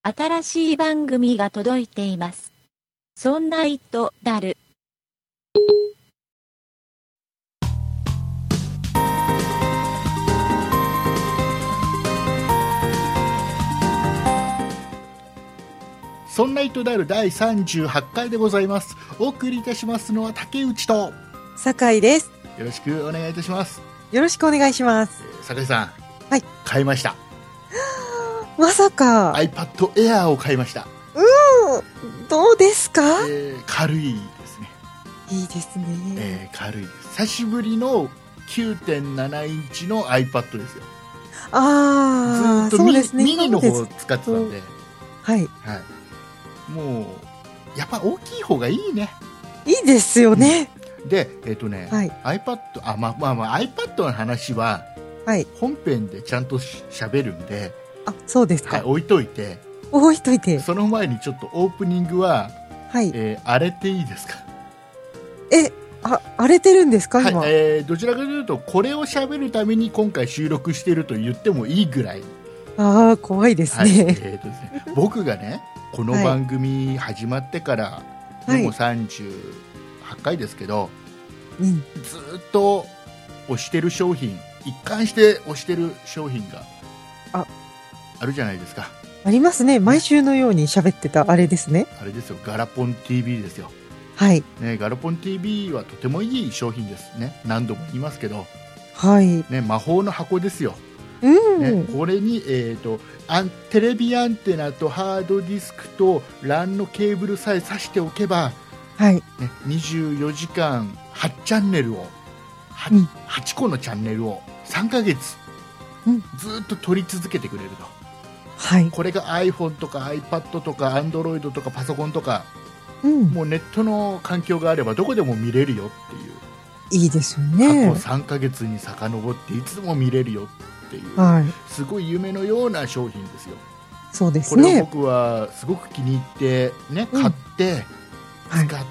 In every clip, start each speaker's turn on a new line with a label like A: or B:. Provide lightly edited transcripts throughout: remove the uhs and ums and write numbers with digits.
A: 新しい番組が届いています。そんな糸だる。
B: そんな糸である第38回でございます。お送りいたしますのは竹内と
C: 酒井です。
B: よろしくお願いいたします。
C: よろしくお願いします。
B: 酒井さん、
C: はい、
B: 買いました。
C: まさか
B: iPad Air を買いました。
C: どうですか？
B: 軽いですね。
C: いいですね。
B: 軽いです。久しぶりの 9.7 インチの iPad ですよ。ずっと
C: そうですね、
B: ミニの方を使ってたんで、
C: はい、
B: はい、もうやっぱ大きい方がいいね。
C: いいですよね。
B: で、
C: はい、
B: iPad、iPad の話は、
C: はい、
B: 本編でちゃんと喋るんで、
C: そうですか。
B: はい、置いといて、
C: そ
B: の前にちょっとオープニングは、
C: はい、
B: 荒れていいですか？
C: 荒れてるんですか今？
B: はい、どちらかというとこれを喋るために今回収録していると言ってもいいぐらい。
C: 怖いですね。
B: はい、僕がね、この番組始まってから、はい、もう38回ですけど、ずっと推してる商品、一貫して推してる商品があるじゃないですか。
C: ありますね。毎週のように喋ってたあれですね。
B: あれですよ、ガラポン TV ですよ。
C: はい
B: ね、ガラポン TV はとてもいい商品ですね。何度も言いますけど、
C: はい
B: ね、魔法の箱ですよ。
C: ね、
B: これに、テレビアンテナとハードディスクと LAN のケーブルさえ挿しておけば、
C: はい
B: ね、24時間8チャンネルを 8個のチャンネルを3ヶ月、ずっと撮り続けてくれると。
C: はい、
B: これが iPhone とか iPad とか Android とかパソコンとか、もうネットの環境があればどこでも見れるよっていう。
C: いいですよね。
B: 過去3ヶ月に遡っていつでも見れるよっていう、すごい夢のような商品ですよ。
C: そうですね。
B: これを僕はすごく気に入って、ね、買って使って、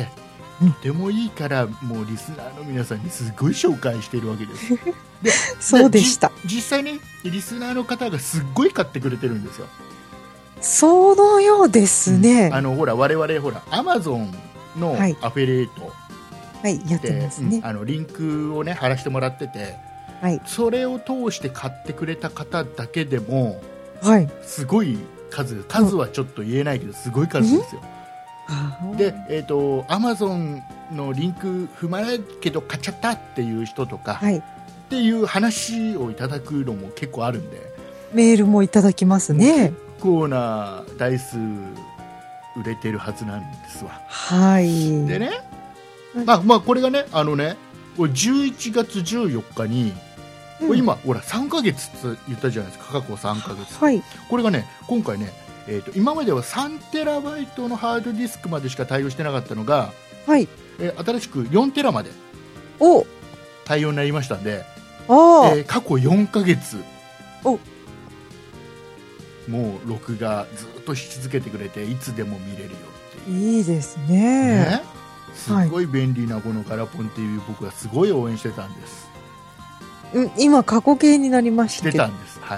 B: とてもいいからもうリスナーの皆さんにすごい紹介しているわけですで
C: そうでした。
B: 実際ね、リスナーの方がすっごい買ってくれてるんですよ。
C: そのようですね。
B: ほら我々ほら Amazon のアフィリエイト、
C: やってますね。
B: リンクをね貼らせてもらってて、それを通して買ってくれた方だけでも、すごい数はちょっと言えないけどすごい数ですよ。で、Amazon のリンク踏まないけど買っちゃったっていう人とか、っていう話をいただくのも結構あるんで、
C: メールもいただきますね。
B: 結構な台数売れてるはずなんですわ。でね、これがね、11月14日に、今ほら3ヶ月って言ったじゃないですか、過去3ヶ月、これがね、今回ね、今までは3テラバイトのハードディスクまでしか対応してなかったのが、新しく4テラまで対応になりましたんで、過去4ヶ月もう録画ずっとし続けてくれて、いつでも見れるよっていう。
C: いいですね。
B: すごい便利なこのガラポン TV、僕はすごい応援してたんです。
C: 今過去形になりましたけど。
B: してたんです。はい。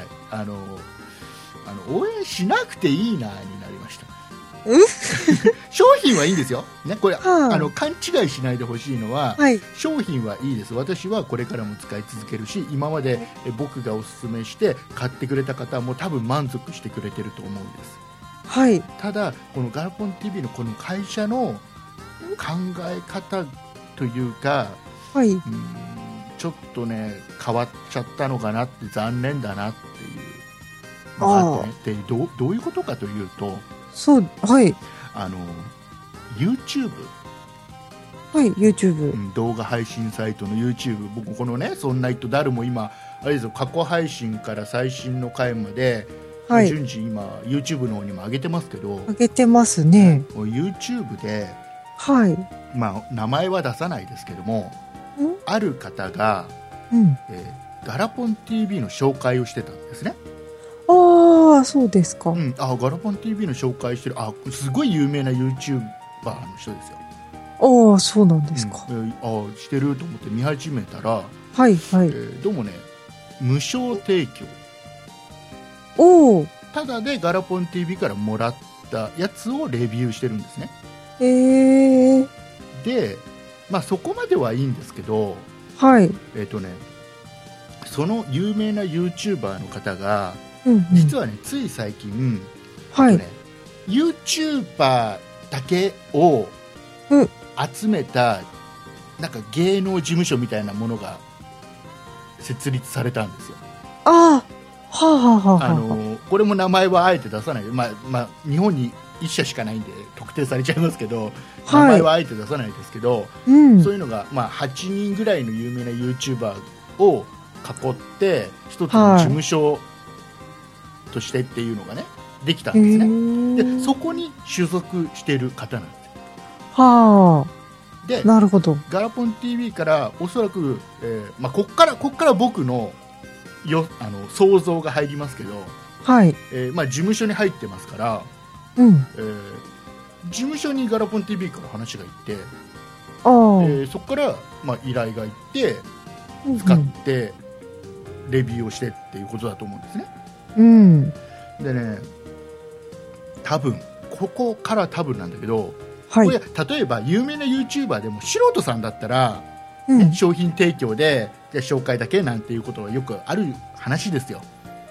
B: 応援しなくていいなになりました。商品はいいんですよ。ね、これ、勘違いしないでほしいのは、商品はいいです。私はこれからも使い続けるし、今まで僕がおすすめして買ってくれた方も多分満足してくれてると思うんです。ただ、このガラポン TV のこの会社の考え方というか、ちょっとね変わっちゃったのかなって、残念だなっていうのがあってね。で、どういうことかというと、YouTube、動画配信サイトの YouTube、僕このね、そんな糸だるも今あれですよ、過去配信から最新の回まで、順次今 YouTube の方にも上げてますけど、
C: 上げてますね。
B: YouTube で、名前は出さないですけども、ある方が、ガラポン TV の紹介をしてたんですね。
C: そうですか。
B: ガラポン TV の紹介してる、すごい有名な YouTuber の人です
C: よ。そうなんですか。
B: してると思って見始めたら、どうもね、無償提供、多ただでガラポン TV からもらったやつをレビューしてるんですね。で、そこまではいいんですけど、
C: はい。
B: その有名な YouTuber の方が、実はね、つい最近、
C: はい。
B: YouTuber だけを集めた、なんか芸能事務所みたいなものが設立されたんですよ。
C: ああ、はあはあはあ。
B: これも名前はあえて出さない、日本に1社しかないんで特定されちゃいますけど、名前はあえて出さないですけど、そういうのが、8人ぐらいの有名な YouTuber を囲って一つの事務所としてっていうのがね、できたんですね。でそこに所属している方なんですよ。
C: はあ。
B: で、
C: なるほど。
B: ガラポン TV からおそらく、こっから僕の想像が入りますけど、
C: はい。
B: 事務所に入ってますから、事務所にガラポン TV から話が行って、そこから、依頼が行って使ってレビューをしてっていうことだと思うんですね。でね、多分ここから多分なんだけど、これ例えば有名な YouTuber でも素人さんだったら、商品提供でじゃ紹介だけなんていうことはよくある話ですよ。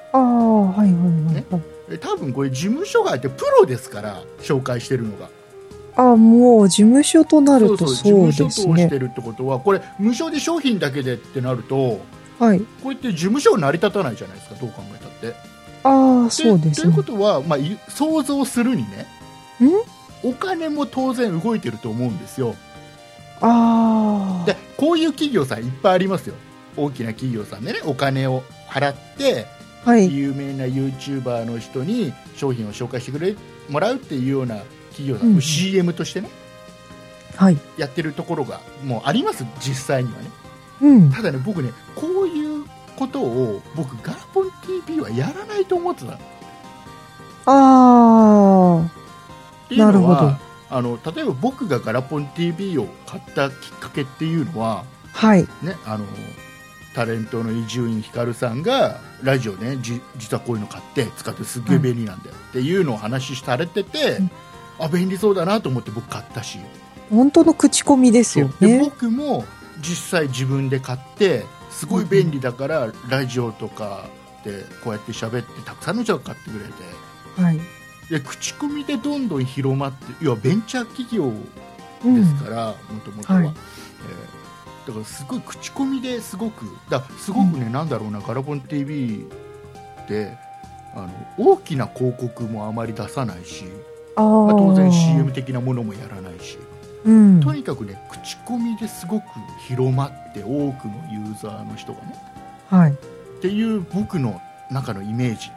B: 多分これ事務所があってプロですから、紹介してるのが。
C: もう事務所となるとそうですね。
B: 事務所としてるってことは、これ無償で商品だけでってなると、これって事務所は成り立たないじゃないですか、どう考えたって。
C: そうですね。
B: ということは、想像するにね、お金も当然動いてると思うんですよ。でこういう企業さんいっぱいありますよ。大きな企業さんでね、お金を払って、有名な YouTuber の人に商品を紹介してもらうっていうような企業さん、CM としてね、やってるところがもうあります、実際にはね。ただね、僕ね、こういうことを僕ガラポン TV はやらないと思ってた。っていうのは、例えば僕がガラポン TV を買ったきっかけっていうのは、タレントの伊集院光さんがラジオね、実はこういうの買って使ってすっげえ便利なんだよっていうのを話されてて、便利そうだなと思って僕買ったし、
C: 本当の口コミですよね。
B: で僕も実際自分で買ってすごい便利だから、ラジオとかでこうやって喋ってたくさんの人が買ってくれて、で口コミでどんどん広まって、要はベンチャー企業ですから、もともとは、だからすごい口コミですごくね、なんだろうな、ガラポン TV って大きな広告もあまり出さないし、当然 CM 的なものもやらないし、とにかくね、口コミですごく広まって多くのユーザーの人がね、っていう僕の中のイメージ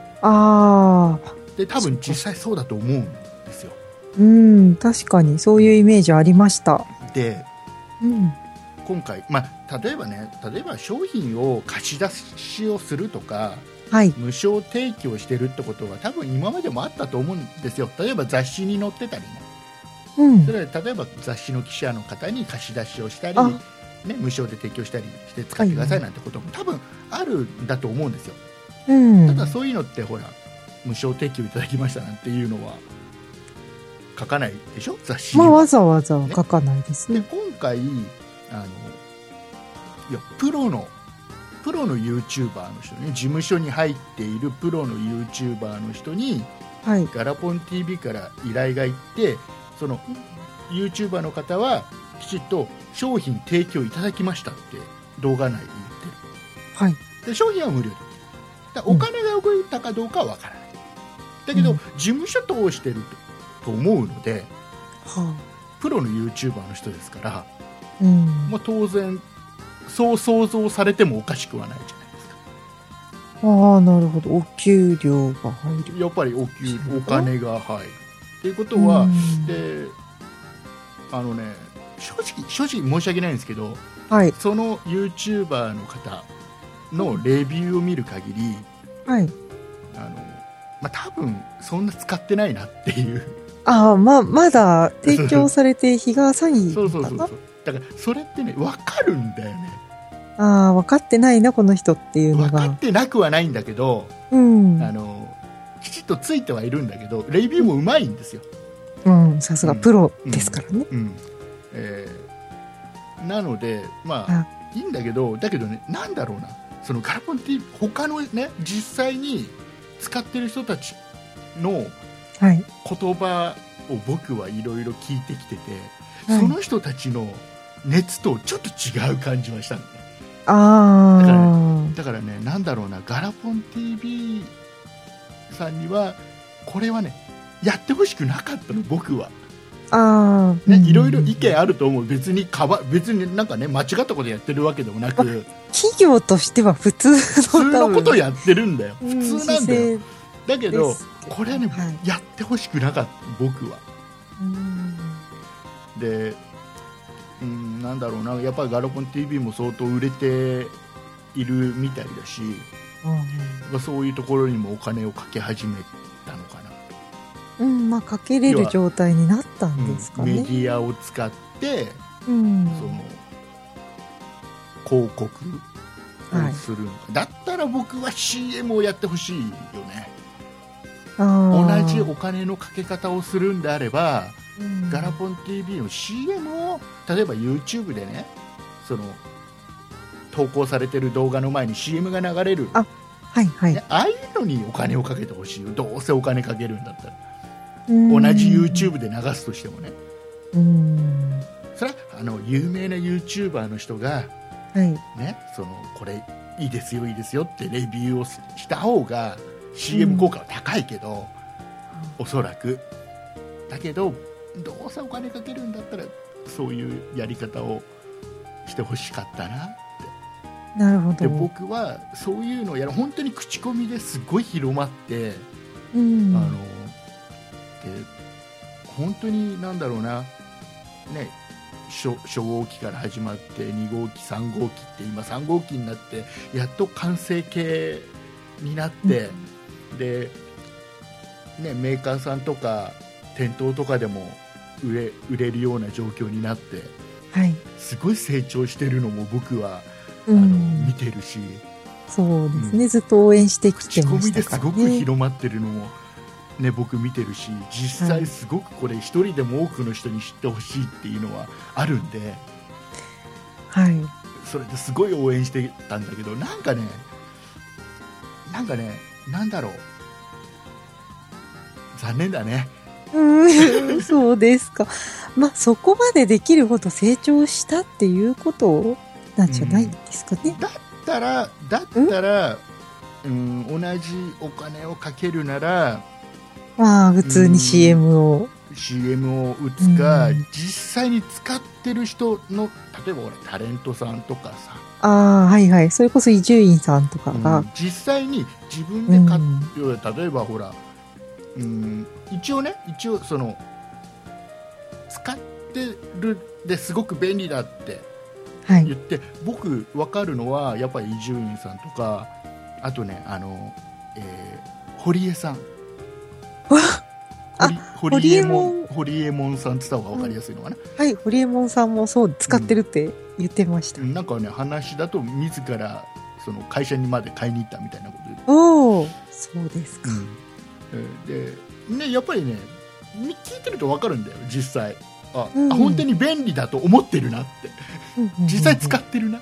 B: で、多分実際そうだと思うんですよ。
C: 確かにそういうイメージありました。
B: で、今回、例えば商品を貸し出しをするとか、無償提供してるってことは多分今までもあったと思うんですよ。例えば雑誌に載ってたりね、それは例えば雑誌の記者の方に貸し出しをしたり、無償で提供したりして使ってくださいなんてことも多分あるんだと思うんですよ。ただそういうのってほら、無償提供いただきましたなんていうのは書かないでしょ、雑誌には。
C: わざわざ書かないですね。
B: で今回プロの YouTuber の人ね、事務所に入っているプロの YouTuber の人に、ガラポン TV から依頼が行って、その YouTuber の方はきちっと商品提供いただきましたって動画内で言ってる。で商品は無料で、お金が動いたかどうかはわからない。だけど、事務所通してると思うので、プロの YouTuber の人ですから、当然そう想像されてもおかしくはないじゃないですか。
C: なるほど。お給料が入る。
B: やっぱりお金が入るっていうことは、で正直申し訳ないんですけど、その YouTuber の方のレビューを見る限り、多分そんな使ってないなっていう。
C: まだ提供されて日が浅いのかな。
B: だからそれってね、分かるんだよね。分
C: かってないなこの人っていうのが。
B: 分かってなくはないんだけど、 きちっとついてはいるんだけど、レビューもうまいんですよ。
C: さすがプロですからね。
B: なのでまあいいんだけど、だけどね、なんだろうな、そのガラポン TV 他のね、実際に使ってる人たちの言葉を僕はいろいろ聞いてきてて、その人たちの熱とちょっと違う感じはしたのね。だからね、なんだろうな、ガラポン TV さんにはこれはね、やってほしくなかったの、僕は。いろいろ意見あると思う。別になんかね、間違ったことやってるわけでもなく、
C: 企業としては普通
B: のことをやってるんだよ。普通なんだよ。だけどこれはね、やってほしくなかった、僕は。で、なんだろうな、やっぱりガラポン TV も相当売れているみたいだし、そういうところにもお金をかけ始めたのかな。
C: かけれる状態になったんですかね。
B: メディアを使って、その広告をするのか、だったら僕は CM をやってほしいよね。同じお金のかけ方をするんであれば、ガラポン TV の CM を例えば YouTube でね、その投稿されてる動画の前に CM が流れる、ああいうのにお金をかけてほしいよ。どうせお金かけるんだったら、同じ YouTube で流すとしてもね。それは有名な YouTuber の人が、ね、そのこれいいですよいいですよってレビューをした方が CM 効果は高いけど、おそらくだけど、どうせお金かけるんだったらそういうやり方をしてほしかったなって。
C: なるほど。
B: で、僕はそういうのをやる、本当に口コミですごい広まって、本当になんだろうな、ね、初号機から始まって2号機3号機って今3号機になってやっと完成形になって、で、ね、メーカーさんとか店頭とかでも売れるような状況になって、すごい成長してるのも僕は見てるし、
C: そうですね、ずっと応援してきてましたからね。
B: 口コミですごく広まってるのもね、僕見てるし、実際すごくこれ一人でも多くの人に知ってほしいっていうのはあるんで、それですごい応援してたんだけど、なんかね、なんだろう、残念だね。
C: そうですか。そこまでできるほど成長したっていうことなんじゃないですかね。
B: だったら、同じお金をかけるなら、
C: 普通に CM を
B: 打つか、実際に使ってる人の、例えばタレントさんとかさ、
C: それこそ伊集院さんとかが、
B: 実際に自分で買って、例えばほら、一応その使ってるですごく便利だって言って、僕分かるのはやっぱり伊集院さんとか、あとね、堀江さん、堀江門さんって言った方が分かりやすいのかな。
C: 堀江門さんもそう使ってるって言ってました。
B: なんかね、話だと自らその会社にまで買いに行ったみたいなこと言って。
C: そうですか。
B: でね、やっぱりね、聞いてると分かるんだよ、実際。本当に便利だと思ってるなって、実際使ってるな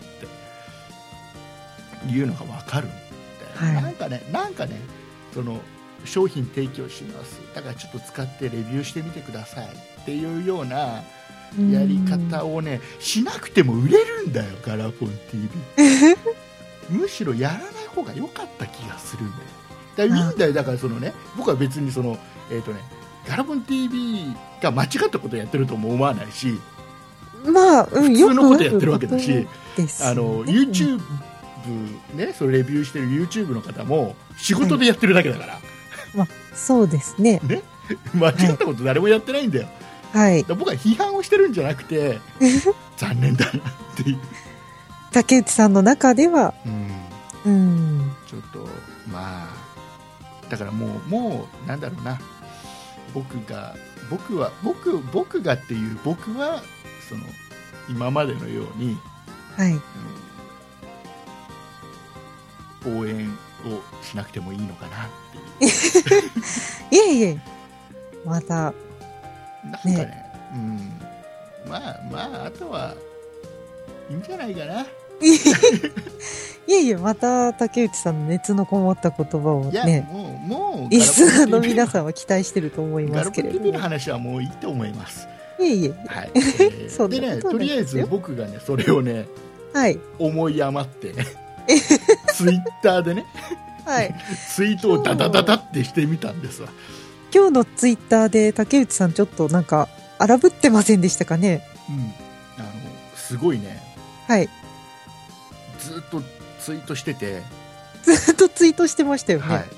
B: っていうのが分かるんだよ。なんかね、その商品提供します、だからちょっと使ってレビューしてみてくださいっていうようなやり方をね、しなくても売れるんだよ、ガラポン TV むしろやらない方が良かった気がするんだよ。だからいいんだよ。だからそのね、僕は別にそのガラポン TV が間違ったことやってるとも思わないし、普通のことやってるわけだし、YouTube ね、それレビューしてる YouTube の方も仕事でやってるだけだから、
C: そうですね。
B: 間違ったこと誰もやってないんだよ。僕は批判をしてるんじゃなくて残念だなっていう、
C: 竹内さんの中では、
B: ちょっとだからもうなんだろうな、僕がっていう、僕はその今までのように、応援しなくてもいいのかなっていう
C: いえいえ、また
B: なんかね、まああとはいいんじゃないかな。
C: いえいえ、また竹内さんの熱のこもった言葉をね、
B: いやもう
C: リスナーの皆さんは期待してると思いますけれども、
B: ガルポン TV の話はもういいと思います。
C: いえいえ、
B: はい、
C: そんな
B: でね、とりあえず僕がねそれをね、
C: はい、
B: 思い余ってツイッターでね、
C: はい、
B: ツイートをダダダダってしてみたんですわ。
C: 今日のツイッターで竹内さんちょっとなんか荒ぶってませんでしたかね。
B: すごいね、
C: はい、
B: ずっとツイートしてて、
C: ずっとツイートしてましたよね。
B: はい、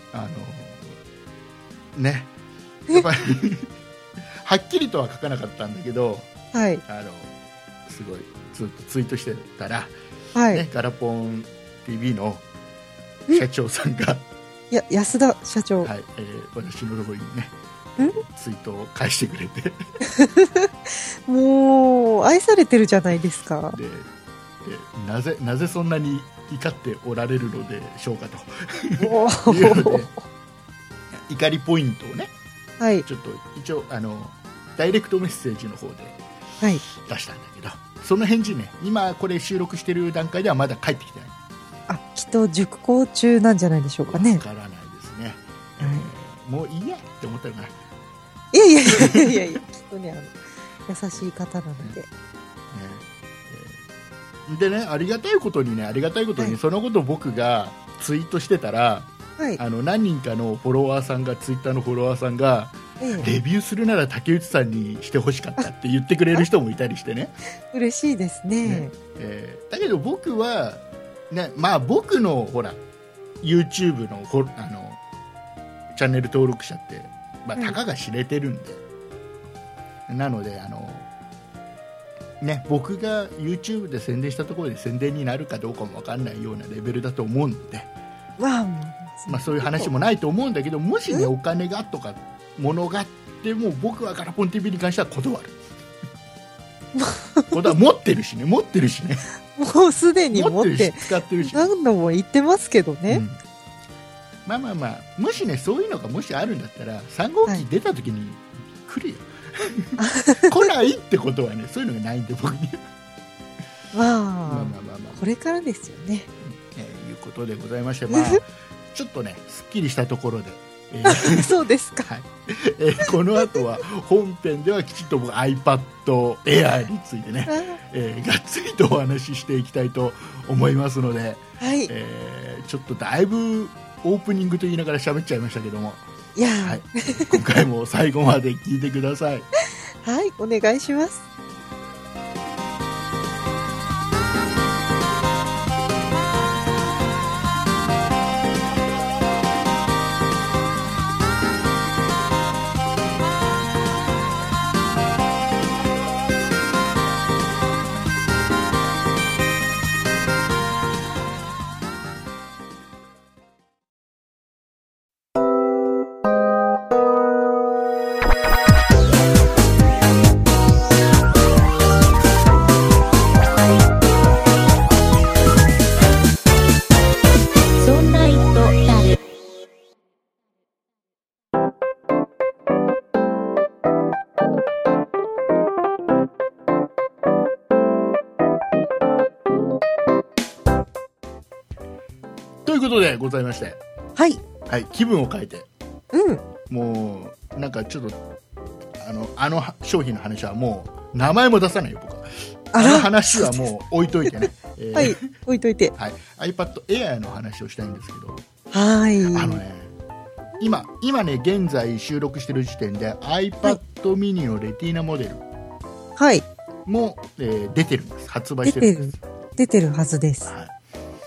B: ね、やっぱりはっきりとは書かなかったんだけど、
C: はい、
B: すごいずっとツイートしてたら、
C: はい、
B: ね、ガラポン TV の社長さんが、
C: いや、安田社長、
B: はい、私のところにねツイートを返してくれても
C: う愛されてるじゃないですか。
B: でなぜそんなに怒っておられるのでしょうかというので怒りポイントをね、はい、ちょっと一応ダイレクトメッセージの方で出したんだけど、はい、その返事ね、今これ収録してる段階ではまだ返ってきてない。
C: きっと熟考中なんじゃないでしょうかね。
B: わからないですね、もういいやって思ったよな。
C: いやいやきっとね優しい方なので、
B: でね、ありがたいことに、はい、そのことを僕がツイートしてたら、はい、何人かのフォロワーさんが、ツイッターのフォロワーさんが、レビューするなら竹内さんにしてほしかったって言ってくれる人もいたりしてね
C: 嬉しいですね。
B: だけど僕は、ね、まあ僕のほら YouTube のチャンネル登録者って、まあ、たかが知れてるんで、なのでね、僕が YouTube で宣伝したところで宣伝になるかどうかも分かんないようなレベルだと思うんで、まあ、そういう話もないと思うんだけど、もしねお金がとか物があっても僕はガラポン TV に関しては断る持ってるしねもうすでに持って使ってるし、
C: 何度も言ってますけどね、
B: まあもしねそういうのがもしあるんだったら3号機出た時に来るよ、来ないってことはね、そういうのがないんで僕に
C: まあこれからですよね、
B: いうことでございまして、ちょっとねすっきりしたところで、
C: そうですか、
B: はいこの後は本編ではきちっと僕 iPad Air についてね、がっつりとお話ししていきたいと思いますので、はい、ちょっとだいぶオープニングと言いながら喋っちゃいましたけども、
C: いや、
B: はい、今回も最後まで聞いてください。
C: はい、お願いします。
B: ということでございまして、
C: はい、
B: はい、気分を変えて、もうなんかちょっと商品の話はもう名前も出さないよ僕は。話はもう置いといてね、
C: はい、置いといて、
B: はい、iPad Air の話をしたいんですけど、
C: はい、
B: 今ね現在収録してる時点で iPad mini のレティーナモデルも、出てるんです。発売してるんです。
C: 出てるはずです。
B: はい、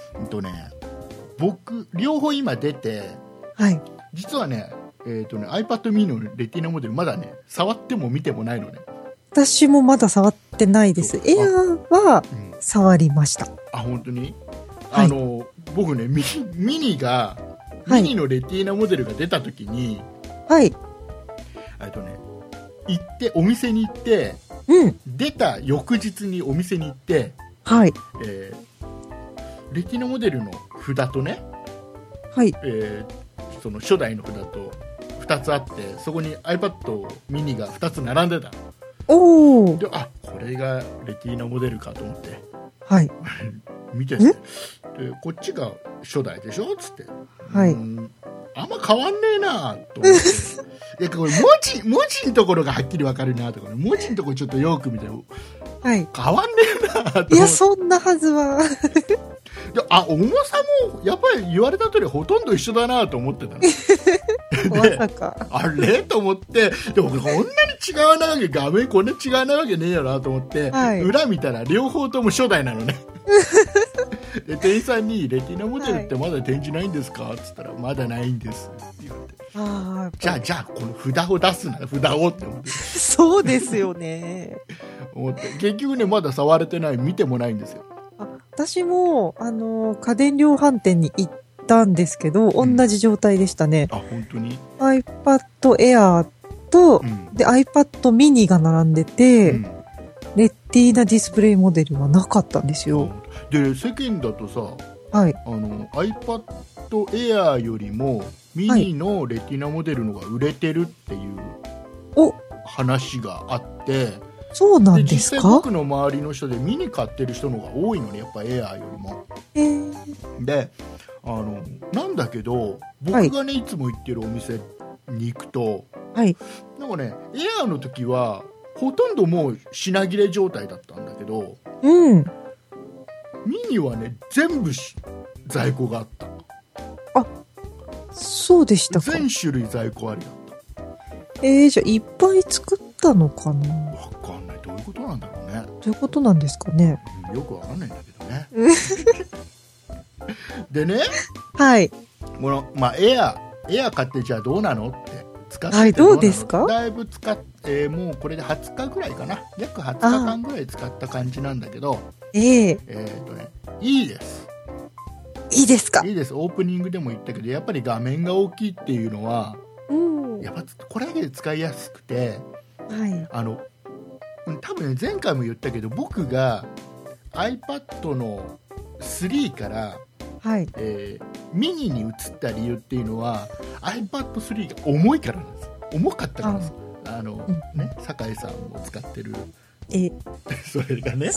B: 僕両方今出て、
C: はい、
B: 実はね、iPad mini のレティーナモデルまだね触っても見てもないのね。
C: 私もまだ触ってないです。エアーは触りました。
B: 本当に、はい、僕ねミニのレティーナモデルが出た時に、
C: はい、
B: 行ってお店に行って、出た翌日にお店に行って、
C: はい、
B: レティーナモデルの札とね、
C: はい。
B: その初代の札と2つあって、そこに iPad mini が2つ並んでた。
C: おー。
B: で、あ、これがレティーナモデルかと思って、
C: はい。
B: 見てて、でこっちが初代でしょっつって、
C: はい。
B: あんま変わんねえなと思っていや、これ文字のところがはっきり分かるなとか、ね、文字のところちょっとよく見て、
C: はい、
B: 変わんねえなと思って。
C: いや、そんなはずは
B: 重さもやっぱり言われた通りほとんど一緒だなと思ってたの
C: まさか
B: あれと思って、でもこんなに違わないわけ、画面こんなに違わないわけねえよなと思って、はい、裏見たら両方とも初代なのねで店員さんにレティナモデルってまだ展示ないんですかって言ったら、まだないんですって言われて、じゃあこの札を出すな、札をって思って
C: そうですよね
B: 思って、結局ね、まだ触れてない、見てもないんですよ。
C: 私も家電量販店に行ったんですけど、同じ状態でしたね。
B: あ、本当に
C: iPad Air と、で iPad mini が並んでて、レティーナディスプレイモデルはなかったんですよ。
B: で世間だとさ、
C: はい、
B: iPad Air よりもミニのレティナモデルのが売れてるっていう話があって、
C: そうなんですか？
B: 実際僕の周りの人でミニ買ってる人の方が多いのに、やっぱ Air よりも。で、なんだけど僕がね、いつも行ってるお店に行くと、
C: はい、
B: なんかね Air の時はほとんどもう品切れ状態だったんだけど、ミニはね全部在庫があった。
C: あ、そうでしたか。
B: 全種類在庫ありだった。
C: じゃあいっぱい作ったのかな。
B: わかんない、どういうことなんだろうね。
C: どういうことなんですかね。
B: よくわかんないんだけどねでね、
C: はい、
B: この、エア買ってじゃあどうなのって使って
C: はい、どうですか。
B: だいぶ使って、もうこれで20日ぐらいかな、約20日間ぐらい使った感じなんだけど、いいです。
C: いいですか。
B: いいです。オープニングでも言ったけど、やっぱり画面が大きいっていうのは、やっぱこれだけで使いやすくて、
C: はい、
B: 多分ね、前回も言ったけど、僕が iPad の3から、
C: はい、
B: ミニに移った理由っていうのは iPad3 が重いからなんです。重かったからです。酒井さんも使ってるそれがね、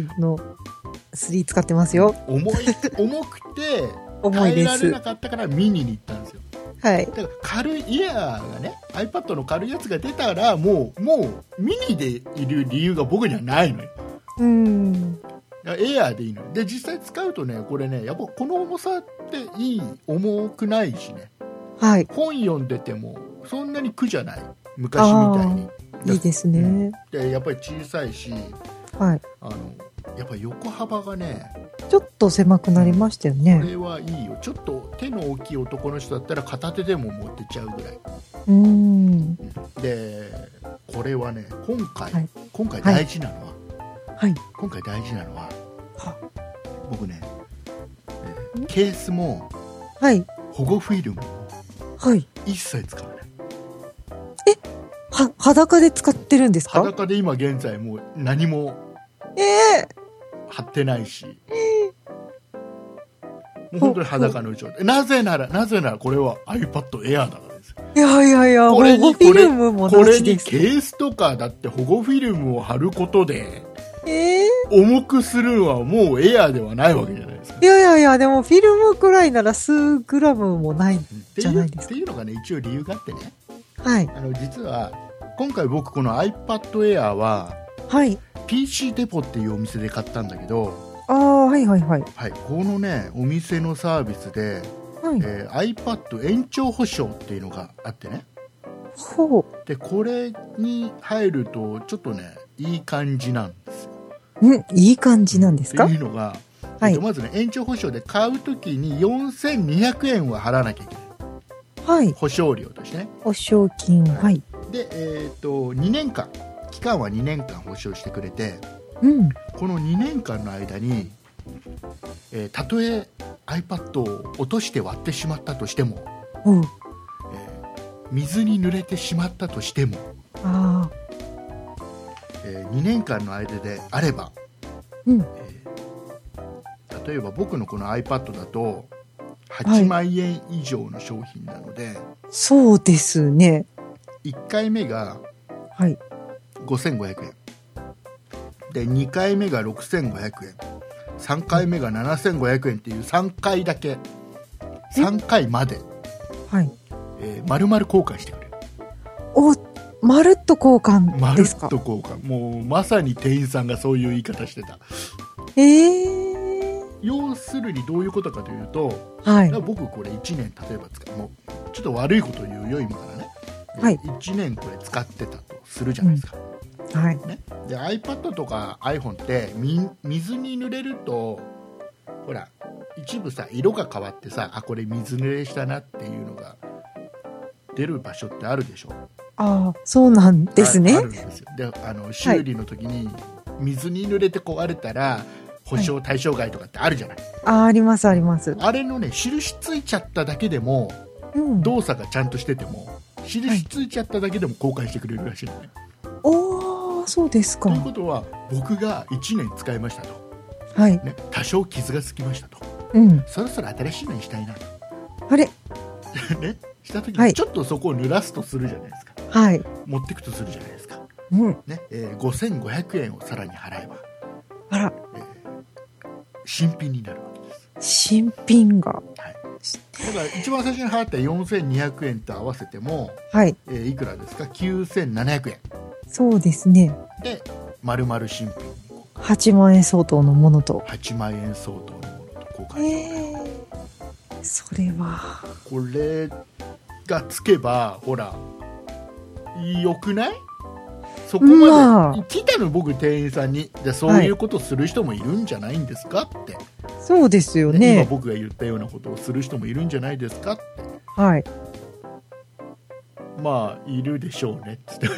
C: 3使ってますよ。
B: 重くて耐えられなかったからミニに行ったんですよ。
C: はい、
B: だから軽いイヤーがね、 iPad の軽いやつが出たらもうミニでいる理由が僕にはないのよ。エアーでいいので、実際使うとね、これね、やっぱこの重さって重くないしね、
C: はい、
B: 本読んでてもそんなに苦じゃない、昔みたいに。
C: いいですね。
B: でやっぱり小さいし、
C: はい、
B: やっぱり横幅がね
C: ちょっと狭くなりましたよね。
B: これはいいよ。ちょっと手の大きい男の人だったら片手でも持ってっちゃうぐらい。でこれはね、今回大事なのは、僕ね、ケースも、保護フィルムも、一切使わない。
C: 裸で使ってるんですか？
B: 裸で今現在もう何も貼ってないし、もう本当に裸の状態。なぜならこれは iPad Air だからです。
C: いや、保護フィルムもなしです。
B: これにケースとかだって保護フィルムを貼ることで、重くするのはもうエアーではないわけじゃないですか。
C: いや、でもフィルムくらいなら数グラムもないじゃないですか。
B: っていうのがね、一応理由があってね。
C: はい。
B: 実は今回僕この iPad Air は、PC デポっていうお店で買ったんだけど、このねお店のサービスで、iPad 延長保証っていうのがあってね。でこれに入るとちょっとねいい感じなんですよ。
C: いい感じなんですか？
B: っていうのが、まずね、延長保証で買うときに4200円は払わなきゃいけない。保証料としてね。
C: 保証金。で、
B: 2年間期間は2年間保証してくれて、この2年間の間に、たとえ iPad を落として割ってしまったとしても、水に濡れてしまったとしても、2年間の間であれば、例えば僕のこの iPad だと 8万円以上の商品なので、
C: そうですね。
B: 1回目が
C: はい。
B: 5500円で、2回目が6500円、3回目が7500円っていう3回だけ、3回まで、
C: はい。
B: 丸々交換してくれる。
C: お、まるっと交換ですか？
B: まるっと交換。もうまさに店員さんがそういう言い方してた。要するにどういうことかというと、
C: はい、
B: 僕これ1年例えば使う、もうちょっと悪いこと言うよ今からね、
C: はい、
B: 1年これ使ってたとするじゃないですか、
C: はい
B: ね、で iPad とか iPhone って水に濡れるとほら一部さ色が変わってさ、あこれ水濡れしたなっていうのが出る場所ってあるでしょ。
C: ああ、そうなんですね。
B: あるんですよ。で修理の時に水に濡れて壊れたら保証対象外とかってあるじゃない。
C: ありますあります。
B: あれのね印ついちゃっただけでも、動作がちゃんとしてても印ついちゃっただけでも交換してくれるらしいのね。
C: おー、そうですか。
B: ということは僕が1年使いましたと、
C: はい
B: ね、多少傷がつきましたと、そろそろ新しいのにしたいなと
C: あれ
B: ね、した時にちょっとそこを濡らすとするじゃないですか、
C: はい、
B: 持っていくとするじゃないですか、ね5500円をさらに払えば、
C: あら、
B: 新品になるわけです。
C: 新品が、はい、
B: だから一番最初に払った4200円と合わせても、
C: はい、
B: いくらですか、9700円。
C: そうですね。
B: で丸々新品
C: 8万円相当のものと
B: 8万円相当のものと交換してもらう、
C: それは
B: これがつけばほらよくない？そこまで聞いたの僕店員さんに。でそういうことする人もいるんじゃないんですかって、
C: そうですよね。
B: 今僕が言ったようなことをする人もいるんじゃないですかって、
C: はい、
B: まあいるでしょうねって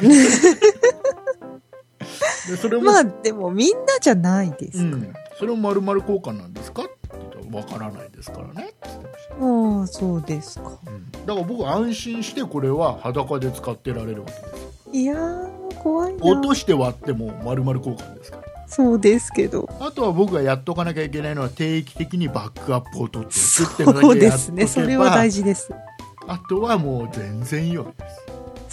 B: でそれも
C: まあでもみんなじゃないですか、
B: それも丸々交換なんですかって言ったらわからないですからねって言ってました。
C: ああ、そうですか、
B: だから僕安心してこれは裸で使ってられるわけです。
C: いやー怖いな。
B: 落として割っても丸々交換ですから。
C: そうですけど、
B: あとは僕がやっとかなきゃいけないのは定期的にバックアップを取っていくっていうのだ
C: そう
B: けやっとけば、
C: ですね、それは大事です。
B: あとはもう全然いいわけです。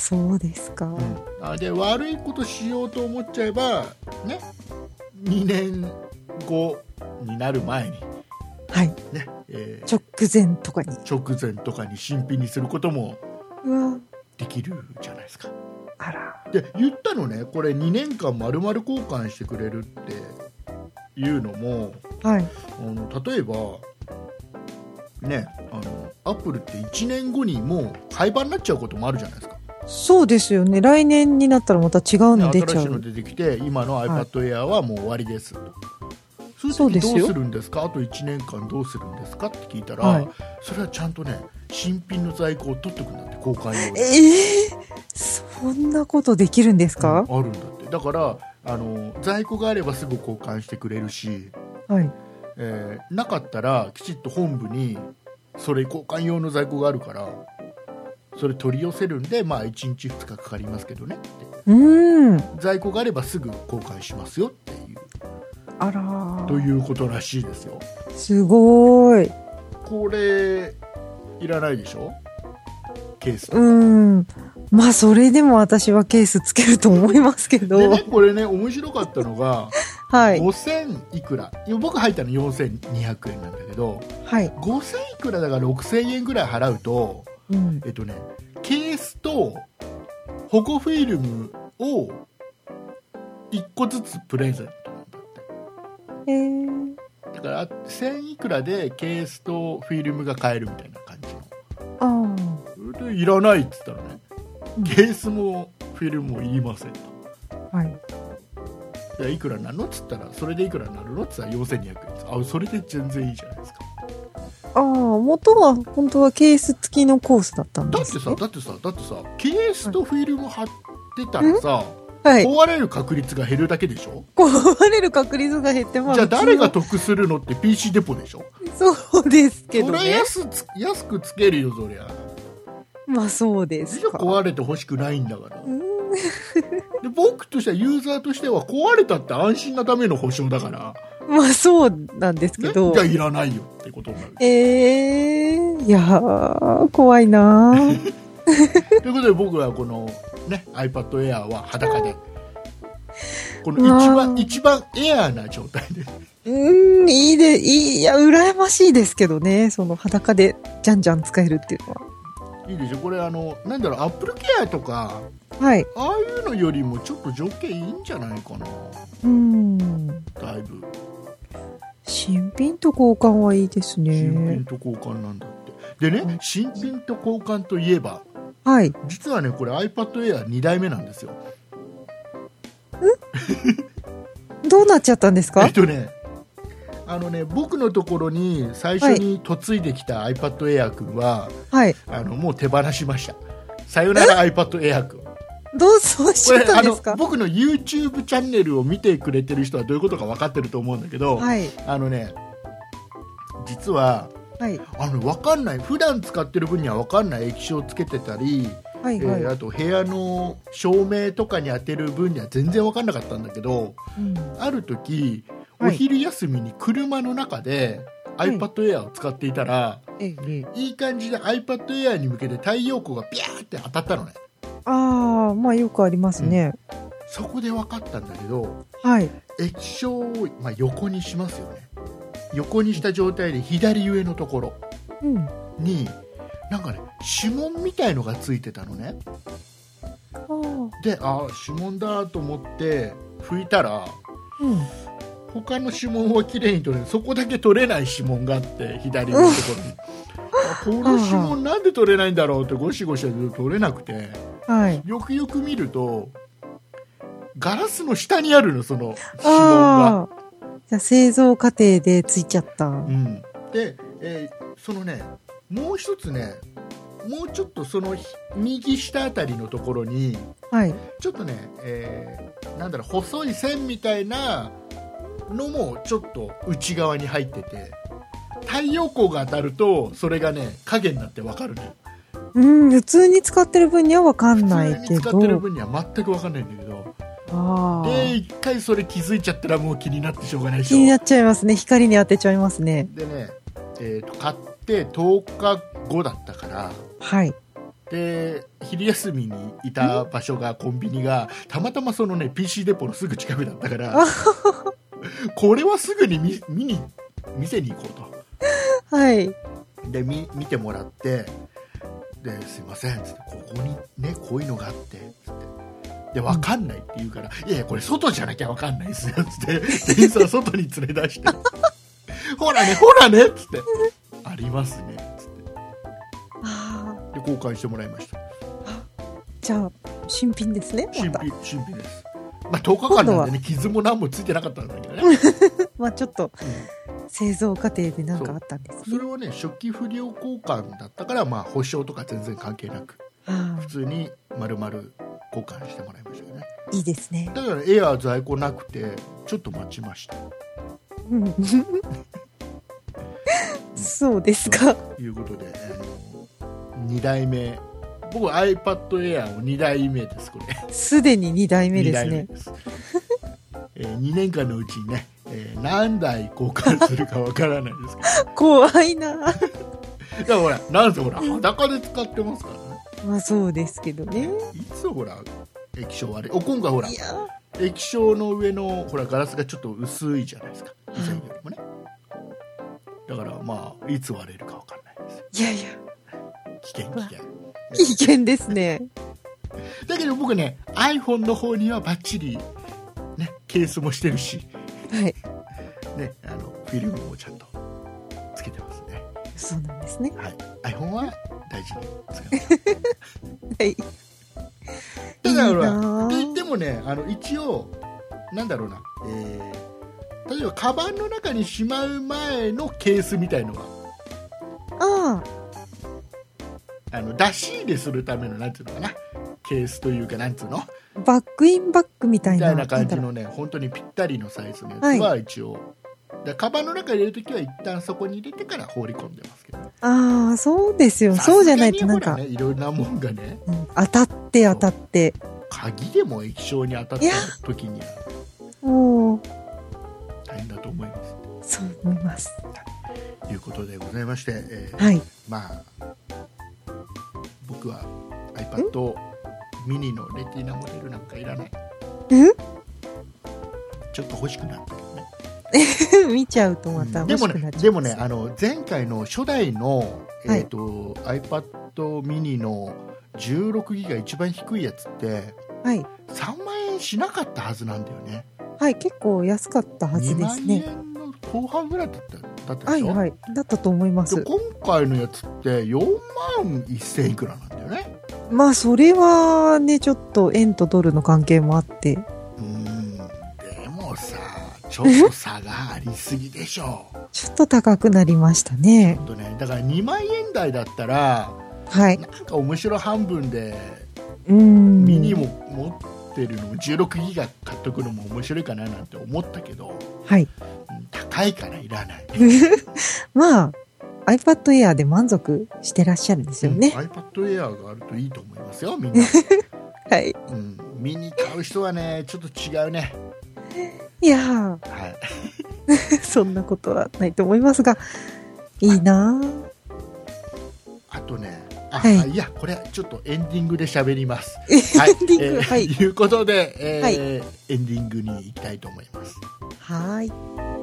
C: そうですか、
B: で悪いことしようと思っちゃえばね、2年後になる前に、
C: はい
B: ね
C: 直前とかに
B: 新品にすることもできるじゃないですか。
C: あら、
B: で言ったのね、これ2年間丸々交換してくれるっていうのも、
C: はい、
B: 例えばね、アップルって1年後にもう廃盤になっちゃうこともあるじゃないですか。
C: そうですよね。来年になったらまた違うの出ちゃう。
B: 新しいの出てきて今の iPad Air はもう終わりですと、そういう時どうするんですか、あと1年間どうするんですかって聞いたら、それはちゃんとね新品の在庫を取ってくるんだって、交換用で。
C: そんなことできるんですか？
B: あるんだって。だから在庫があればすぐ交換してくれるし、なかったらきちっと本部にそれ交換用の在庫があるからそれ取り寄せるんで、まあ1日2日かかりますけどねって、在庫があればすぐ交換しますよっていう、
C: あら
B: ということらしいですよ。
C: すごい。
B: これいらないでしょ、ケース。
C: まあそれでも私はケースつけると思いますけど。
B: でね、これね面白かったのが5000いくら、僕入ったの4200円なんだけど、5000いくらだから6000円ぐらい払うと、ケースと保護フィルムを1個ずつプレゼントなんだって。だから1000いくらでケースとフィルムが買えるみたいな感じの。でいらないって言ったらね、ケースもフィルムもいりませんと。いくらなのっつったら、それでいくらになるのっつったら4200円。それで全然いいじゃないですか。
C: 元は本当はケース付きのコースだったんですね。
B: だってさケースとフィルム貼ってたらさ、壊れる確率が減るだけでしょ。
C: 壊れる確率が減ってます。
B: じゃあ誰が得するのって PC デポでしょ。
C: そうですけどね。
B: それ安くつけるよそりゃ。
C: まあそうですか。
B: 壊れてほしくないんだから。で僕としてはユーザーとしては壊れたって安心なための保証だから。
C: まあそうなんですけど。
B: ね、じゃあいらないよってことになる。
C: いやー、怖いなー。
B: ということで僕はこのね、iPad Air は裸で。この一番エアーな状態で。
C: いや、羨ましいですけどね。その裸でじゃんじゃん使えるっていうのは。
B: いいでしょ。これなんだろう、Apple Care とか、
C: はい。
B: ああいうのよりもちょっと条件いいんじゃないかな。だいぶ。
C: 新品と交換はいいですね。
B: 新品と交換なんだって。でね、新品と交換といえば、
C: はい。
B: 実はね、これ iPad Air 2代目なんですよ。
C: どうなっちゃったんですか？
B: 僕のところに最初に嫁いできた iPad Air 君は、はい、もう手放しました。さよなら iPad Air 君。
C: どうそうしちゃったんですか？
B: 僕の YouTube チャンネルを見てくれてる人はどういうことか分かってると思うんだけど、はい、実は、はい、分かんない、普段使ってる分には分かんない液晶をつけてたり、はいはい、あと部屋の照明とかに当てる分には全然分かんなかったんだけど、ある時お昼休みに車の中で iPad Air を使っていたら、いい感じで iPad Air に向けて太陽光がビャーって当たったのね。
C: ああ、まあよくありますね。
B: そこで分かったんだけど、液晶を、横にしますよね。横にした状態で左上のところに、なんかね、指紋みたいのがついてたのね。で、指紋だと思って拭いたら、他の指紋は綺麗に取れる。そこだけ取れない指紋があって、左上のところに。この指紋なんで取れないんだろうってゴシゴシ取れなくて、よくよく見るとガラスの下にあるの、その指紋が。
C: じゃあ製造過程でついちゃった。
B: で、そのね、もう一つね、もうちょっとその右下あたりのところに、ちょっとね、なんだろう、細い線みたいなのもちょっと内側に入ってて、太陽光が当たるとそれがね、影になって分かるね。
C: 普通に使ってる分には分かんないけど。
B: 普通に使ってる分には全く分かんないんだけど。で、一回それ気づいちゃったらもう気になってしょうがないでしょ。
C: 気になっちゃいますね。光に当てちゃいますね。
B: でね、買って10日後だったから、で昼休みにいた場所がコンビニがたまたまそのね PC デポのすぐ近くだったからこれはすぐに店に行こうと。で見てもらって、ですいませんつって、ここにねこういうのがあってつって、で分かんないって言うから、いやこれ外じゃなきゃ分かんないですよつって店員さん外に連れ出してほらねっつってありますねっつって、で交換してもらいました。
C: じゃあ新品ですね。
B: 新品です。10日間なんでね、傷も何もついてなかったんだけどね
C: ちょっと、製造過程で何かあったんですね。
B: それはね、初期不良交換だったから、保証とか全然関係なく、普通に丸々交換してもらいましたね。
C: いいですね。
B: だからエアー在庫なくてちょっと待ちました
C: そうですか。
B: ということで、2代目、僕 iPad Air を2代目です。これ
C: すでに2代目ですね。
B: 2年間のうちにね、何台交換するかわからないですけど
C: 怖いな
B: だからほら、なんせほら裸で使ってますからね。
C: そうですけどね。
B: いつほら液晶割れ、今回ほら液晶の上のほらガラスがちょっと薄いじゃないですか、以前よりもね。だからいつ割れるかわかんないです。
C: いや
B: 危険
C: 危険ですね。
B: だけど僕ね iPhone の方にはバッチリねケースもしてるし、ね、フィルムもちゃんとつけてますね。
C: そうなんですね。
B: iPhone は大事に使います。ただでもね、一応なんだろうな、例えばカバンの中にしまう前のケースみたいのが出し入れするためのなんていうのかな、ケースというかなんていうの、
C: バックインバックみたいな
B: 感じのね、本当にぴったりのサイズのやつは一応、カバンの中に入れるときは一旦そこに入れてから放り込んでますけど。
C: そうですよ。そうじゃないとなんか、
B: いろんなもんがね、
C: 当たって
B: 鍵でも液晶に当たった時には大変だと思います。
C: そう思います。
B: ということでございまして、
C: はい。
B: まあ僕は iPad mini のレティーナモデルなんかいらない。ちょっと欲しくなったけどね。
C: 見ちゃうとまた欲しくなっちゃいます。
B: でもね、前回の初代の、iPad mini の16ギガ一番低いやつって、
C: はい、
B: 3万円しなかったはずなんだよね。
C: はい、結構安かったはずですね。
B: 2万円の後半ぐらいだったでしょ。
C: はいはい、だったと思います。
B: 今回のやつって4万1000いくらなんだよね。
C: まあそれはね、ちょっと円とドルの関係もあって、
B: でもさ、ちょっと差がありすぎでしょ。
C: ちょっと高くなりましたね。
B: ちょっとね、だから2万円台だったら、
C: はい、
B: なんか面白半分でミニも持ってるのも16ギガ買っとくのも面白いかななんて思ったけど、
C: はい、
B: 高いからいらない。
C: まあ iPad Air で満足してらっしゃるんですよね。
B: iPad Air があるといいと思いますよ、みんな。
C: はい、
B: ミニ買う人はね、ちょっと違うね。
C: いやー、はい、そんなことはないと思いますが、いいなぁ。
B: あとね、
C: はい、
B: いや、これちょっとエンディングで喋ります。
C: はい、エンディング、はい。
B: ということで、
C: はい、
B: エンディングに行きたいと思います。
C: はい。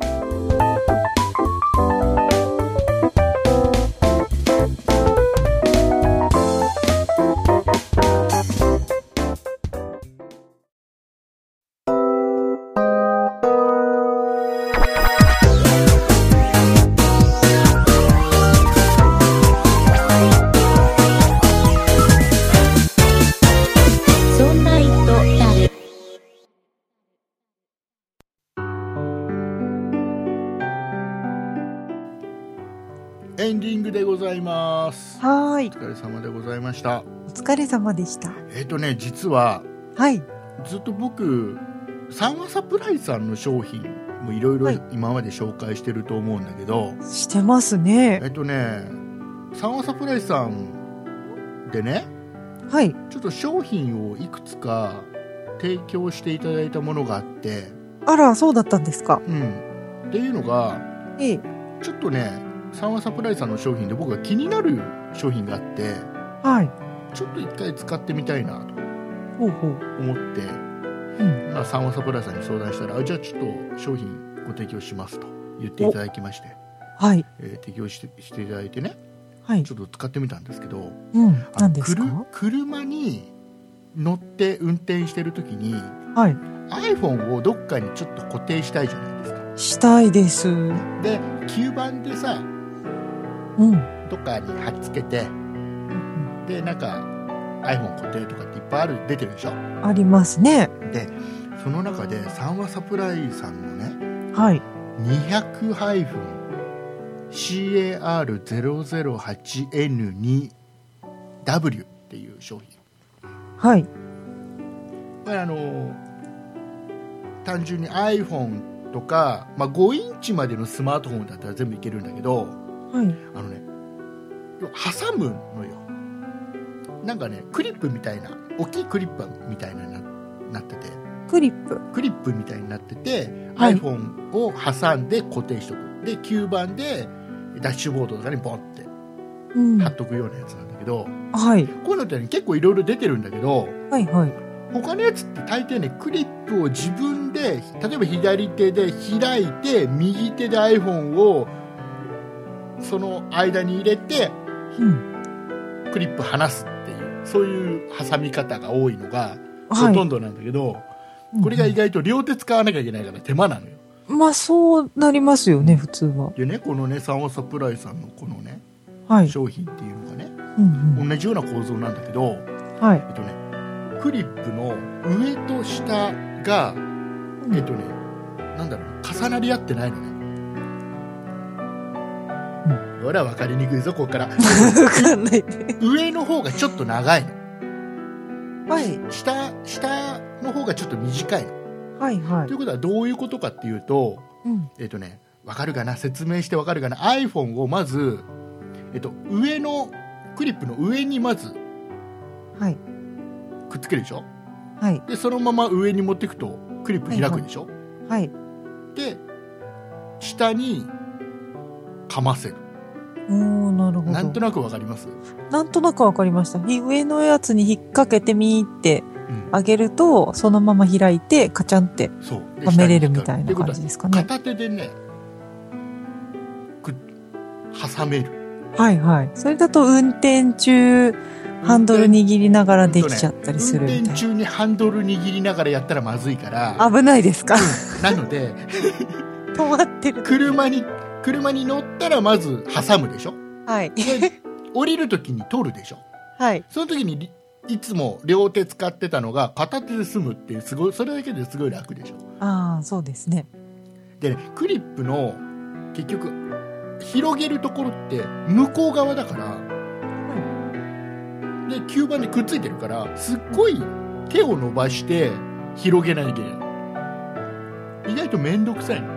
B: エンディングでございます。
C: はい。
B: お疲れ様でございました。
C: お疲れ様でした。
B: 実は、
C: はい。
B: ずっと僕、サンワサプライさんの商品もいろいろ今まで紹介してると思うんだけど、
C: してますね。
B: サンワサプライさんでね、
C: はい。
B: ちょっと商品をいくつか提供していただいたものがあって、
C: あら、そうだったんですか。
B: っていうのが、ちょっとね、サンワサプライさんの商品で僕が気になる商品があって、
C: はい、
B: ちょっと一回使ってみたいなと
C: 思
B: って、サンワサプライさんに相談したら、じゃあちょっと商品ご提供しますと言っていただきまして、
C: はい、
B: 提供していただいてね、
C: はい、
B: ちょっと使ってみたんですけど、
C: 何ですか？
B: 車に乗って運転してるときに、
C: はい、
B: iPhone をどっかにちょっと固定したいじゃないですか。
C: したいです。
B: で、吸盤でさ、どっかに貼っつけて、でなんか iPhone 固定とかっていっぱい出てるでしょ。
C: ありますね。
B: でその中でサンワサプライさんのね、
C: はい、
B: 200-CAR008N2W っていう商品。
C: はい。
B: これ単純に iPhone とか、5インチまでのスマートフォンだったら全部いけるんだけど、
C: はい、
B: 挟むのよ。なんかね、クリップみたいな、大きいクリップみたいななってて、クリップみたいになってて、はい、iPhone を挟んで固定しとく。で吸盤でダッシュボードとかにボンって貼っとくようなやつなんだけど、
C: はい、
B: こういうのって、ね、結構いろいろ出てるんだけど、
C: はいはい、
B: 他のやつって大抵ね、クリップを自分で、例えば左手で開いて右手で iPhone をその間に入れて、クリップ離すっていう、そういう挟み方が多いのがほとんどなんだけど、これが意外と両手使わなきゃいけないから手間なのよ。
C: まあそうなりますよね、普通は。
B: でね、このね、サンワサプライさんのこのね、商品っていうのがね、同じような構造なんだけど、クリップの上と下が、なんだろう、重なり合ってないのね。ほら、分かりにくいぞ、ここから。分かんないね。上の方がちょっと長いの。はい。下の方がちょっと短いの。はいはい。ということはどういうことかっていうと、分かるかな、説明して分かるかな。iPhone をまず、上のクリップの上にまず、はい、くっつけるでしょ。はい。でそのまま上に持っていくとクリップ開くでしょ。はい。で下にかませる。
C: なるほど。
B: なんとなくわかります？
C: なんとなくわかりました。上のやつに引っ掛けてみーって上げると、そのまま開いてカチャンってはめれるみたいな感じですかね。
B: 片手でね、挟める。
C: はいはい。それだと運転中、ハンドル握りながらできちゃったりするみたいな。
B: 運転中にハンドル握りながらやったらまずいから。
C: 危ないですか？
B: なので、
C: 止まってる。
B: 車に乗ったらまず挟むでしょ？
C: はい。
B: で、降りるときに取るでしょ？
C: はい。
B: その時にいつも両手使ってたのが片手で済むっていう、すごい、それだけですごい楽でしょ？
C: ああ、そうですね。
B: でね、クリップの結局広げるところって向こう側だから、で吸盤でくっついてるからすっごい手を伸ばして広げないといけない。意外と面倒くさいの。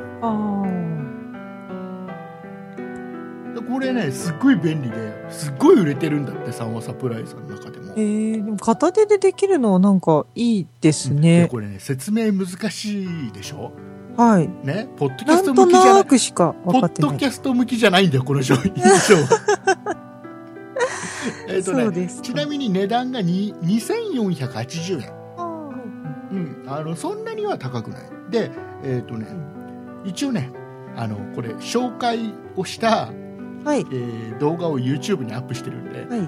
B: これね、すっごい便利ですっごい売れてるんだって、三和サプライズの中でも。
C: でも片手でできるのはなんかいいですね。
B: でこれね、説明難しいでしょ？
C: はい。
B: ね、ポッドキャスト向きじゃない。
C: なんとなくしか分かってない。
B: ポッドキャスト向きじゃないんだよ、この商品。
C: そうですか。
B: ちなみに値段が2480円。そんなには高くない。で、一応ね、これ紹介をした、動画を YouTube にアップしてるんで、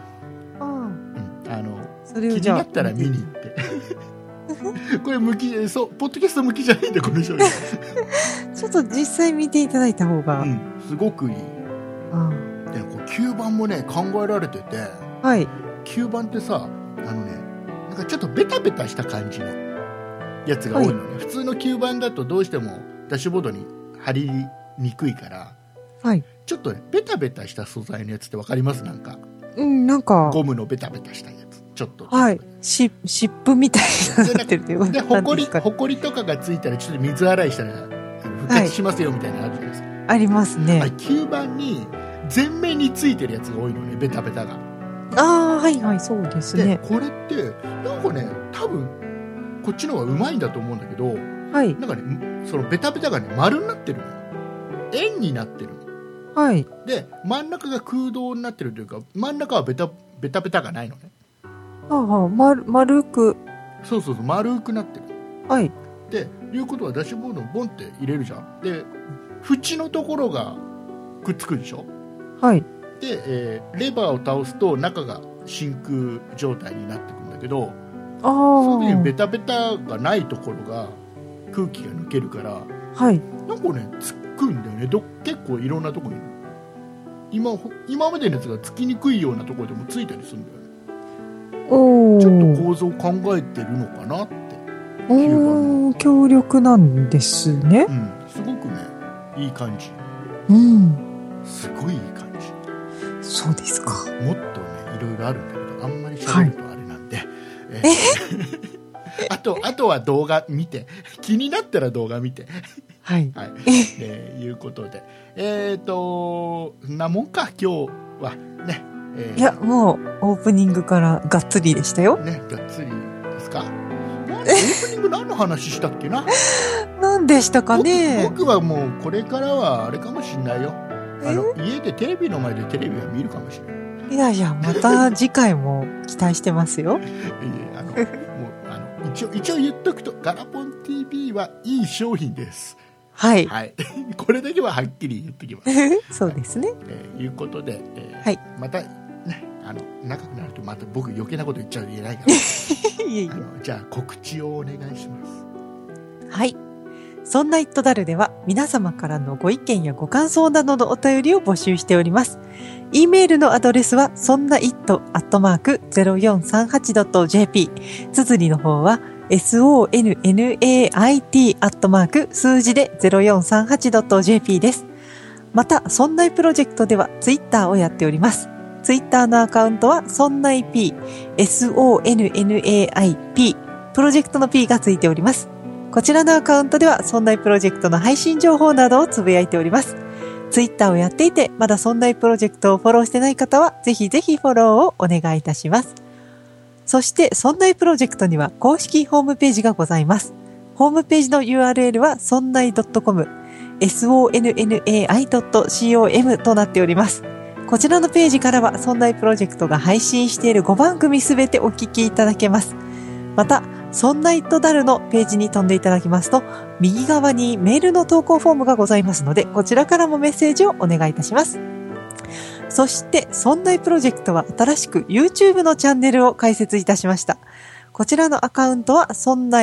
C: それを
B: 気になったら見に行って。これポッドキャスト向きじゃないんだ、この商品。
C: ちょっと実際見ていただいた方が、
B: すごくいい。で、吸盤もね、考えられてて、吸盤ってさ、なんかちょっとベタベタした感じのやつが多いのね。普通の吸盤だとどうしてもダッシュボードに貼りにくいから、ちょっとね、ベタベタした素材のやつってわかります？なんか、
C: なんか
B: ゴムのベタベタしたやつ、ちょっと、
C: 湿布みたいになってるっていう。
B: で、ほこりとかがついたらちょっと水洗いしたら復活しますよみたいなのあるじゃないですか。
C: ありますね。
B: 吸盤に全面についてるやつが多いのね、ベタベタが。
C: そうですね。
B: でこれってなんかね、多分こっちの方がうまいんだと思うんだけど、なんかね、そのベタベタがね、丸になってるの。円になってるの。で、真ん中が空洞になってるというか、真ん中はベタベタがないのね。
C: 丸く。
B: そう丸くなってる。で、いうことはダッシュボードをボンって入れるじゃん。で、縁のところがくっつくでしょ。で、レバーを倒すと中が真空状態になってくるんだけど、その時にベタベタがないところが空気が抜けるから、なんかね、つくんだよね。結構いろんなところに。今までのやつがつきにくいようなところでもついたりするんだよね。ちょっと構造を考えてるのかなって。
C: 強力なんですね。
B: すごくね、いい感じ。すごいいい感じ。
C: そうですか。
B: もっとね、いろいろあるんだけど、あんまり喋るとあれなんで。あとは動画見て、気になったら動画見て。いうことで。なもんか、今日はね。
C: いや、もう、オープニングからがっつりでしたよ。
B: ね、がっつりですか？オープニング何の話したっけな？
C: 何でしたかね？
B: 僕はもう、これからはあれかもしんないよ。家でテレビの前でテレビは見るかもしれない。
C: いや、また次回も期待してますよ。
B: 一応言っとくと、ガラポン TV はいい商品です。これだけははっきり言ってきます。
C: そうですね。
B: いうことで、また、ね、長くなるとまた僕余計なこと言っちゃうと言えないからじゃあ告知をお願いします。
C: そんなイットダルでは皆様からのご意見やご感想などのお便りを募集しております。e メールのアドレスはそんな it@0438.jp、 綴りの方はsonnait 数字で 0438.jp です。また、そんないプロジェクトではツイッターをやっております。ツイッターのアカウントはそんない P、SONNAIP、プロジェクトの P がついております。こちらのアカウントではそんないプロジェクトの配信情報などをつぶやいております。ツイッターをやっていて、まだそんないプロジェクトをフォローしてない方は、ぜひぜひフォローをお願いいたします。そして、そんないプロジェクトには公式ホームページがございます。ホームページの URL はそんない .com、 sonnai.com となっております。こちらのページからは、そんないプロジェクトが配信している5番組すべてお聞きいただけます。また、そんないとダルのページに飛んでいただきますと、右側にメールの投稿フォームがございますので、こちらからもメッセージをお願いいたします。そして、そんないプロジェクトは新しく YouTube のチャンネルを開設いたしました。こちらのアカウントは、そんない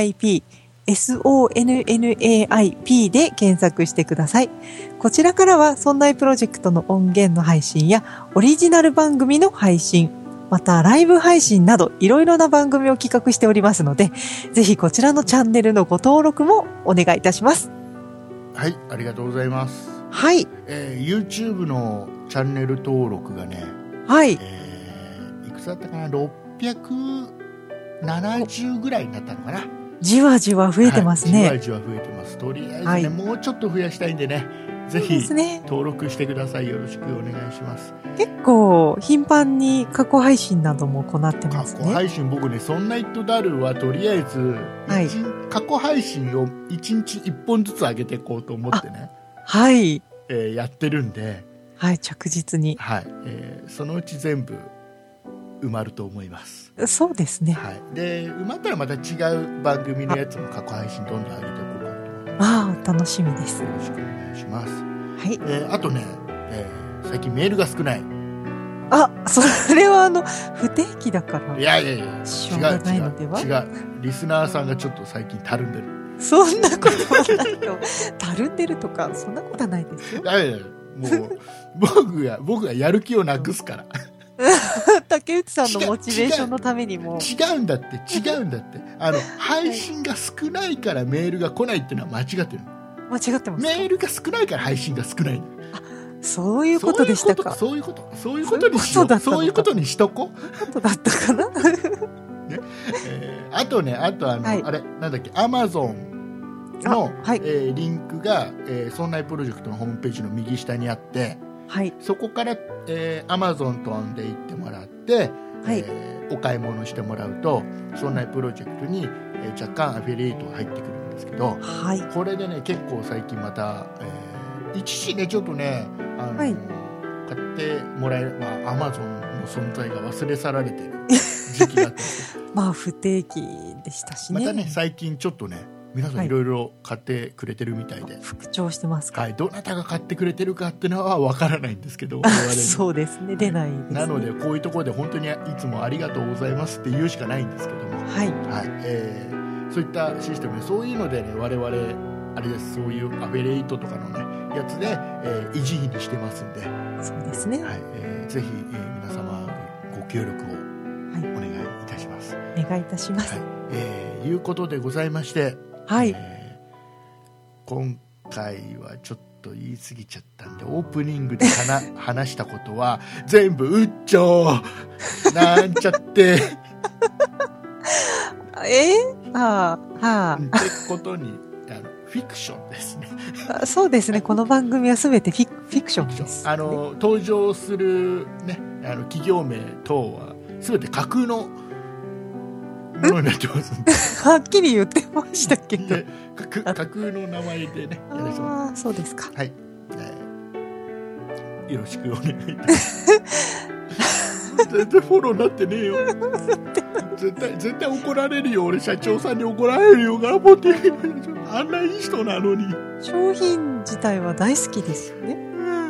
C: P、SONNAIP で検索してください。こちらからは、そんないプロジェクトの音源の配信や、オリジナル番組の配信、またライブ配信などいろいろな番組を企画しておりますので、ぜひこちらのチャンネルのご登録もお願いいたします。
B: はい、ありがとうございます。
C: はい。
B: YouTube のチャンネル登録がね、
C: はい。
B: いくつだったかな、670ぐらいになったのかな。
C: じわじわ増えてますね。
B: はい、じわじわ増えてます。とりあえずね、はい、もうちょっと増やしたいんでね、ぜひ登録してください。よろしくお願いします。
C: 結構頻繁に過去配信なども行ってますね。
B: 過去配信、僕ね、そんなイットダルはとりあえず、はい、過去配信を1日1本ずつ上げていこうと思ってね、
C: はい、
B: やってるんで、
C: はい、着実に、
B: はい、そのうち全部埋まると思います。
C: そうですね。
B: はい、で埋まったらまた違う番組のやつも過去配信どんどん上げていこうかなと思います。
C: ああ、楽しみです。
B: よろしくお願いします。
C: はい。
B: あとね、最近メールが少ない。
C: あ、それは不定期だから。
B: いやいやいや、
C: しょうがないのでは。
B: 違う。リスナーさんがちょっと最近たるんでる。
C: そんなことはないよ。たるんでるとか、そんなことはないですよ。いやいや、
B: もう、僕がやる気をなくすから。
C: 竹内さんのモチベーションのためにも。
B: 違うんだって。配信が少ないからメールが来ないっていうのは間違ってる。
C: 間違ってます。
B: メールが少ないから配信が少ない。
C: そういうことでしたか。
B: そういうことにしとこう。
C: そうだったかな。
B: ね、あとはい、あれなんだっけ、Amazon の、はい、リンクが、そんないプロジェクトのホームページの右下にあって、はい、そこから、Amazon 飛んでいってもらって、はい、お買い物してもらうと、そんないプロジェクトに、若干アフィリエイトが入ってくるんですけど、はい、これでね、結構最近また、一時ね、ちょっとね、はい、買ってもらえる、Amazon の存在が忘れ去られてる時期だったんです
C: まあ不定期でしたしね。
B: またね、最近ちょっとね、皆さんいろいろ買ってくれてるみたいで、
C: 復調してますか。
B: はい、どなたが買ってくれてるかっていうのは分からないんですけど
C: そうですね、出ないですね。
B: なのでこういうところで本当にいつもありがとうございますって言うしかないんですけども、はい、はい、そういったシステムで、そういうのでね、我々あれです、そういうアフィリエイトとかのねやつで、維持費にしてますんで、
C: そうですね、はい、
B: ぜひ、皆様ご協力をお願いいたします。
C: お願いいたします。
B: はい、いうことでございまして、はい、今回はちょっと言い過ぎちゃったんで、オープニングで話したことは全部うっちょなんちゃってってことにフィクションですね
C: そうですね、この番組はすべてフィクションです、ね、
B: 登場する、ね、企業名等はすべて架空のものになってますんで
C: はっきり言ってましたけど
B: 架空の名前でねやらせてもらいます。
C: そうですか。
B: はい、よろしくお願いいたします全然フォローになってねえよ絶対怒られるよ。俺社長さんに怒られるよ。頑張ってあんないい人なのに。
C: 商品自体は大好きですよね。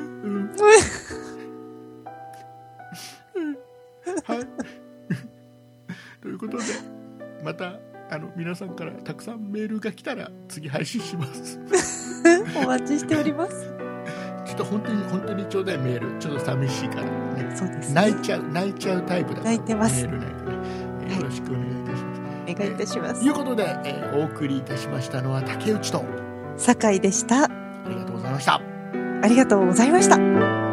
B: はいということで、また皆さんからたくさんメールが来たら次配信します
C: お待ちしております。
B: ちょっと本当にちょうだい、メール。ちょっと寂しいからね。
C: そうですね。
B: 泣いちゃうタイプだから。
C: 泣いてます。
B: メールないとね、よろしくお願いいたします。
C: お願いいたします。
B: ということで、お送りいたしましたのは竹内と
C: 酒井でした。
B: ありがとうございました。
C: ありがとうございました。